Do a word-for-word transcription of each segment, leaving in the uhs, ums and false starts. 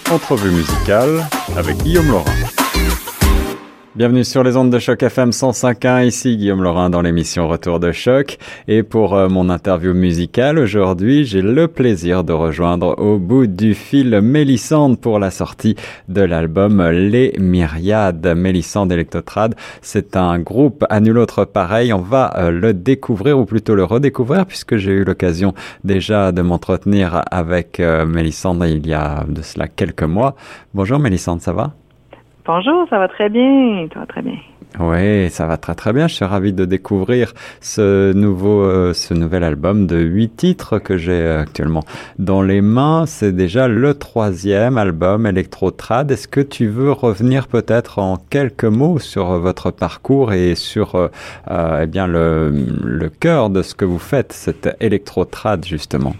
Entrevue musicale avec Guillaume Laurin. Bienvenue sur les ondes de Choc F M cent cinq point un, ici Guillaume Laurin dans l'émission Retour de Choc. Et pour euh, mon interview musicale aujourd'hui, j'ai le plaisir de rejoindre au bout du fil Mélissande pour la sortie de l'album Les Myriades. Mélissande Electrotrad, c'est un groupe à nul autre pareil. On va euh, le découvrir ou plutôt le redécouvrir puisque j'ai eu l'occasion déjà de m'entretenir avec euh, Mélissande il y a de cela quelques mois. Bonjour Mélissande, ça va ? Bonjour, ça va très bien, ça va très bien. Oui, ça va très très bien. Je suis ravi de découvrir ce nouveau, euh, ce nouvel album de huit titres que j'ai actuellement dans les mains. C'est déjà le troisième album Electrotrad. Est-ce que tu veux revenir peut-être en quelques mots sur votre parcours et sur euh, euh, eh bien le, le cœur de ce que vous faites, cet Electrotrad justement?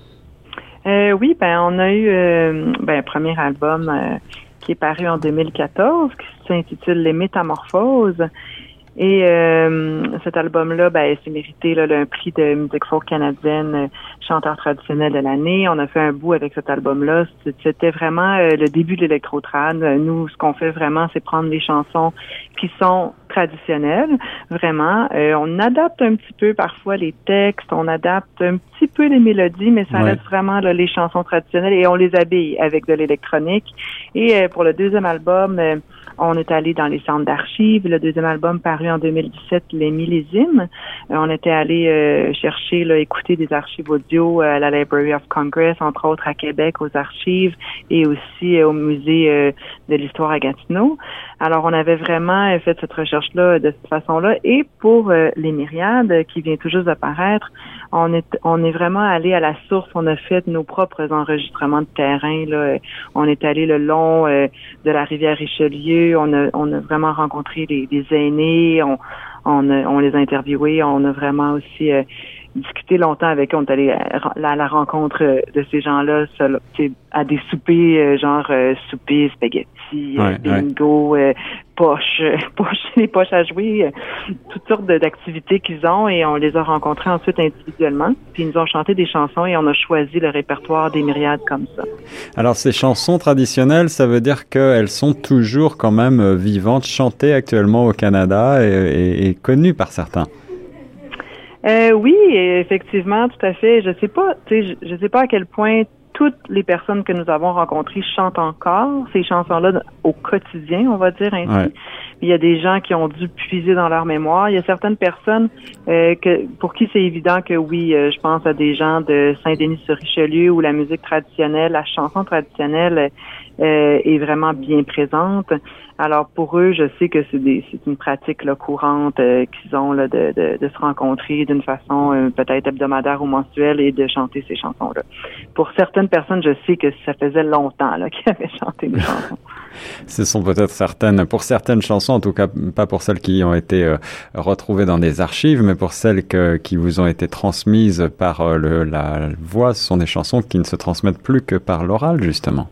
Euh, oui, ben on a eu euh, ben un premier album. Euh, qui est paru en deux mille quatorze, qui s'intitule Les Métamorphoses. Et euh, cet album-là, ben, s'est mérité là, un prix de musique folk canadienne, euh, chanteur traditionnel de l'année. On a fait un bout avec cet album-là. C'était vraiment euh, le début de l'électrotrad. Nous, ce qu'on fait vraiment, c'est prendre les chansons qui sont traditionnelles, vraiment. Euh, on adapte un petit peu parfois les textes, on adapte un petit peu les mélodies, mais ça ouais. reste vraiment là, les chansons traditionnelles et on les habille avec de l'électronique. Et euh, pour le deuxième album, euh, on est allé dans les centres d'archives. Le deuxième album paru en deux mille dix-sept, Les Millésimes. Euh, on était allé euh, chercher, là, écouter des archives audio euh, à la Library of Congress, entre autres à Québec, aux archives et aussi euh, au musée euh, de l'histoire à Gatineau. Alors, on avait vraiment euh, fait cette recherche-là de cette façon-là. Et pour euh, Les Myriades, euh, qui vient tout juste de paraître, on est on est vraiment allé à la source. On a fait nos propres enregistrements de terrain. Là. On est allé le long euh, de la rivière Richelieu. On a on a vraiment rencontré les, les aînés. On on, a, on les a interviewés. On a vraiment aussi euh, discuté longtemps avec eux. On est allé à la, la rencontre de ces gens-là seul, à des soupers, euh, genre euh, souper, spaghetti, ouais, euh, bingo, ouais. euh, poche, euh, poche, les poches à jouer, euh, toutes sortes de, d'activités qu'ils ont et on les a rencontrés ensuite individuellement. Puis ils nous ont chanté des chansons et on a choisi le répertoire des Myriades comme ça. Alors ces chansons traditionnelles, ça veut dire qu'elles sont toujours quand même vivantes, chantées actuellement au Canada et, et, et connues par certains. Euh, oui, effectivement, tout à fait. Je sais pas, tu sais, je, je sais pas à quel point toutes les personnes que nous avons rencontrées chantent encore ces chansons-là au quotidien, on va dire ainsi. Ouais. Il y a des gens qui ont dû puiser dans leur mémoire. Il y a certaines personnes euh, que pour qui c'est évident que oui, euh, je pense à des gens de Saint-Denis-sur-Richelieu où la musique traditionnelle, la chanson traditionnelle euh, est vraiment bien présente. Alors pour eux, je sais que c'est, des, c'est une pratique là, courante euh, qu'ils ont là, de, de, de se rencontrer d'une façon euh, peut-être hebdomadaire ou mensuelle et de chanter ces chansons-là. Pour certaines personnes, je sais que ça faisait longtemps là, qu'ils avaient chanté des chansons. Ce sont peut-être certaines, pour certaines chansons, en tout cas pas pour celles qui ont été euh, retrouvées dans des archives, mais pour celles que, qui vous ont été transmises par euh, le, la voix, ce sont des chansons qui ne se transmettent plus que par l'oral, justement.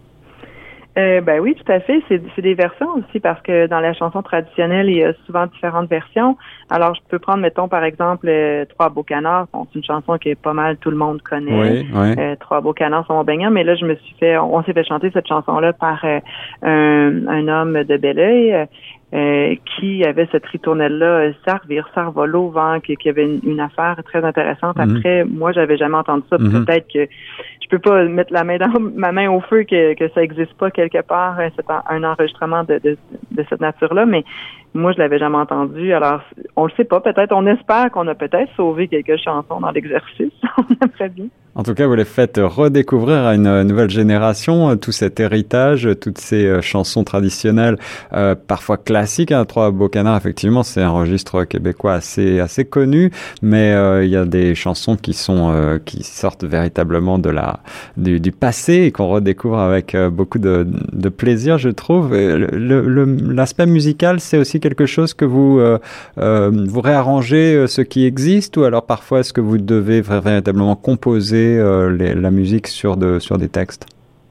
Euh, ben oui, tout à fait. C'est, c'est des versions aussi parce que dans la chanson traditionnelle, il y a souvent différentes versions. Alors, je peux prendre, mettons, par exemple, euh, Trois beaux canards. Bon, c'est une chanson que pas mal tout le monde connaît. Oui, oui. Euh, Trois beaux canards sont baignants. Mais là, je me suis fait, on, on s'est fait chanter cette chanson-là par euh, un, un homme de Belleuil. Euh, qui avait cette ritournelle-là, Sarvir, Sarvolo, vent, qui, qui avait une, une affaire très intéressante. Mm-hmm. Après, moi, j'avais jamais entendu ça. Mm-hmm. Peut-être que je peux pas mettre la main dans ma main au feu que, que ça existe pas quelque part, c'est un enregistrement de, de, de cette nature-là, mais moi, je l'avais jamais entendu. Alors, on le sait pas. Peut-être, on espère qu'on a peut-être sauvé quelques chansons dans l'exercice. On aimerait bien. En tout cas, vous les faites redécouvrir à une nouvelle génération tout cet héritage, toutes ces chansons traditionnelles, euh, parfois classiques. Hein. Trois beaux canards, effectivement, c'est un registre québécois assez assez connu, mais euh, il y a des chansons qui sont euh, qui sortent véritablement de la du, du passé et qu'on redécouvre avec euh, beaucoup de, de plaisir, je trouve. Le, le, l'aspect musical, c'est aussi quelque chose que vous euh, euh, vous réarrangez ce qui existe, ou alors parfois est-ce que vous devez véritablement composer Euh, les, la musique sur, de, sur des textes?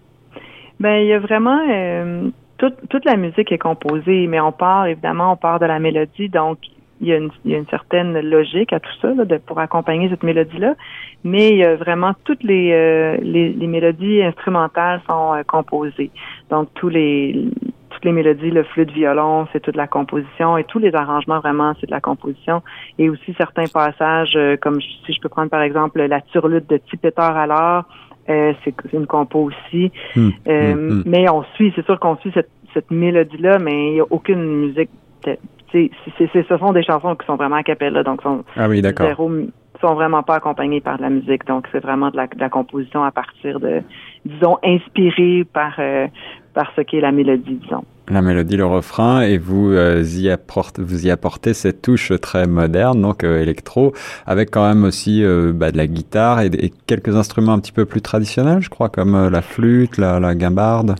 Ben, il y a vraiment euh, toute, toute la musique est composée, mais on part évidemment, on part de la mélodie, donc il y a une, il y a une certaine logique à tout ça là, de, pour accompagner cette mélodie-là, mais il y a vraiment toutes les, euh, les, les mélodies instrumentales sont euh, composées. Donc, tous les toutes les mélodies, le flûte, violon, c'est toute la composition et tous les arrangements, vraiment, c'est de la composition. Et aussi certains passages, euh, comme si je peux prendre par exemple la turlute de Tipeter alors, euh, c'est, c'est une compo aussi. Mmh, euh, mmh, mais on suit, c'est sûr qu'on suit cette, cette mélodie-là, mais il n'y a aucune musique. De, c'est, c'est, c'est, ce sont des chansons qui sont vraiment a cappella, donc sont ah oui, d'accord. Zéro, sont vraiment pas accompagnées par de la musique. Donc, c'est vraiment de la, de la composition à partir de, disons, inspirée par, euh, par ce qu'est la mélodie, disons. La mélodie, le refrain, et vous euh, y apportez, vous y apportez cette touche très moderne, donc euh, électro, avec quand même aussi euh, bah, de la guitare et, et quelques instruments un petit peu plus traditionnels, je crois, comme euh, la flûte, la, la guimbarde.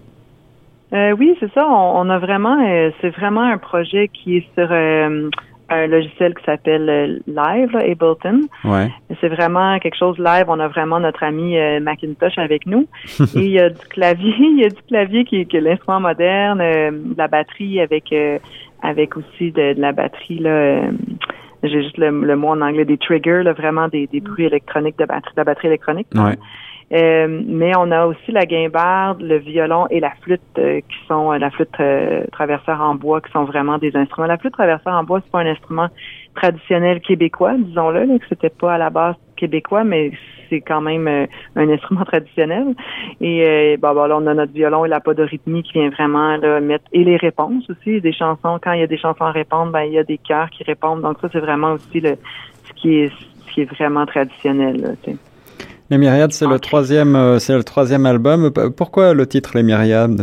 Euh, oui, c'est ça. On, on a vraiment, euh, c'est vraiment un projet qui est sur euh, un logiciel qui s'appelle euh, Live, là, Ableton. Ouais. C'est vraiment quelque chose live. On a vraiment notre ami euh, Macintosh avec nous. Et il y a du clavier, il y a du clavier qui, qui est l'instrument moderne, euh, de la batterie avec euh, avec aussi de, de la batterie là. Euh, j'ai juste le, le mot en anglais, des triggers, là, vraiment des, des bruits électroniques de batterie, de la batterie électronique. Ouais. Euh, mais on a aussi la guimbarde, le violon et la flûte euh, qui sont euh, la flûte euh, traversière en bois qui sont vraiment des instruments. La flûte traversière en bois, c'est pas un instrument traditionnel québécois, disons-le, là, que c'était pas à la base québécois, mais c'est quand même euh, un instrument traditionnel. Et euh, bon, bon, là, on a notre violon et la podorythmie qui vient vraiment là, mettre et les réponses aussi, des chansons. Quand il y a des chansons à répondre, ben il y a des chœurs qui répondent. Donc ça, c'est vraiment aussi le ce qui est ce qui est vraiment traditionnel, là, tu sais. Les Myriades, c'est le troisième, euh, c'est le troisième album. Pourquoi le titre Les Myriades?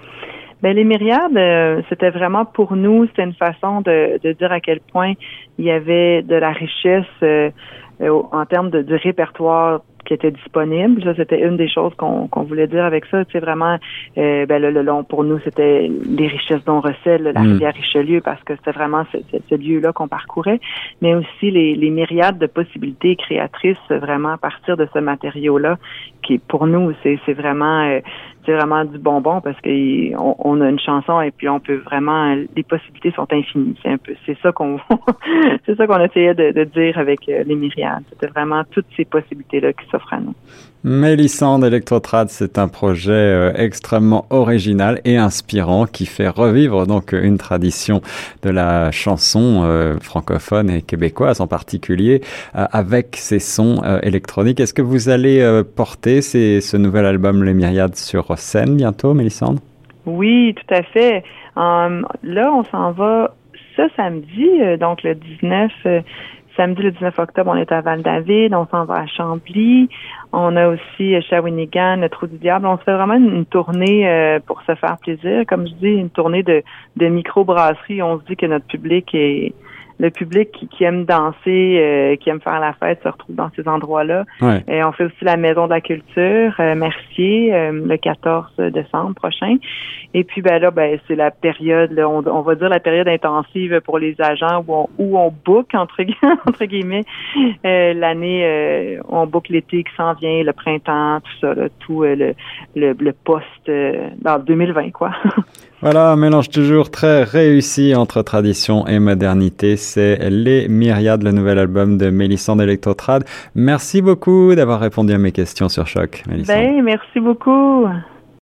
Ben les Myriades, euh, c'était vraiment pour nous, c'était une façon de, de dire à quel point il y avait de la richesse euh, euh, en termes de, du répertoire qui était disponible. Ça, c'était une des choses qu'on, qu'on voulait dire avec ça. C'est vraiment, euh, ben le, le long pour nous, c'était les richesses dont recèle la mmh. rivière Richelieu, parce que c'était vraiment ce, ce, ce lieu-là qu'on parcourait, mais aussi les, les myriades de possibilités créatrices, vraiment à partir de ce matériau-là, qui pour nous, c'est, c'est vraiment, euh, c'est vraiment du bonbon, parce que on, on a une chanson et puis on peut vraiment, les possibilités sont infinies. C'est un peu, c'est ça qu'on, c'est ça qu'on essayait de, de dire avec euh, les myriades. C'était vraiment toutes ces possibilités-là qui s'offrent à nous. Mélissande Electrotrad, c'est un projet euh, extrêmement original et inspirant qui fait revivre donc une tradition de la chanson euh, francophone et québécoise en particulier euh, avec ses sons euh, électroniques. Est-ce que vous allez euh, porter ces, ce nouvel album Les Myriades sur scène bientôt, Mélissande? Oui, tout à fait. Um, là, on s'en va ce samedi, euh, donc le dix-neuf euh, Samedi le dix-neuf octobre, on est à Val-David, on s'en va à Chambly, on a aussi Shawinigan, le Trou du Diable. On se fait vraiment une, une tournée euh, pour se faire plaisir. Comme je dis, une tournée de, de micro-brasserie. On se dit que notre public est... Le public qui, qui aime danser, euh, qui aime faire la fête, se retrouve dans ces endroits-là. Ouais. Et on fait aussi la Maison de la Culture, euh, Mercier, euh, le quatorze décembre prochain. Et puis ben là, ben c'est la période, là, on, on va dire la période intensive pour les agents où on, où on book entre, entre guillemets euh, l'année, euh, on book l'été qui s'en vient, le printemps, tout ça, là, tout euh, le, le le post euh, dans deux mille vingt quoi. Voilà, un mélange toujours très réussi entre tradition et modernité. C'est Les Myriades, le nouvel album de Mélissande Electrotrad. Merci beaucoup d'avoir répondu à mes questions sur Choc, Mélissande. Ben, merci beaucoup.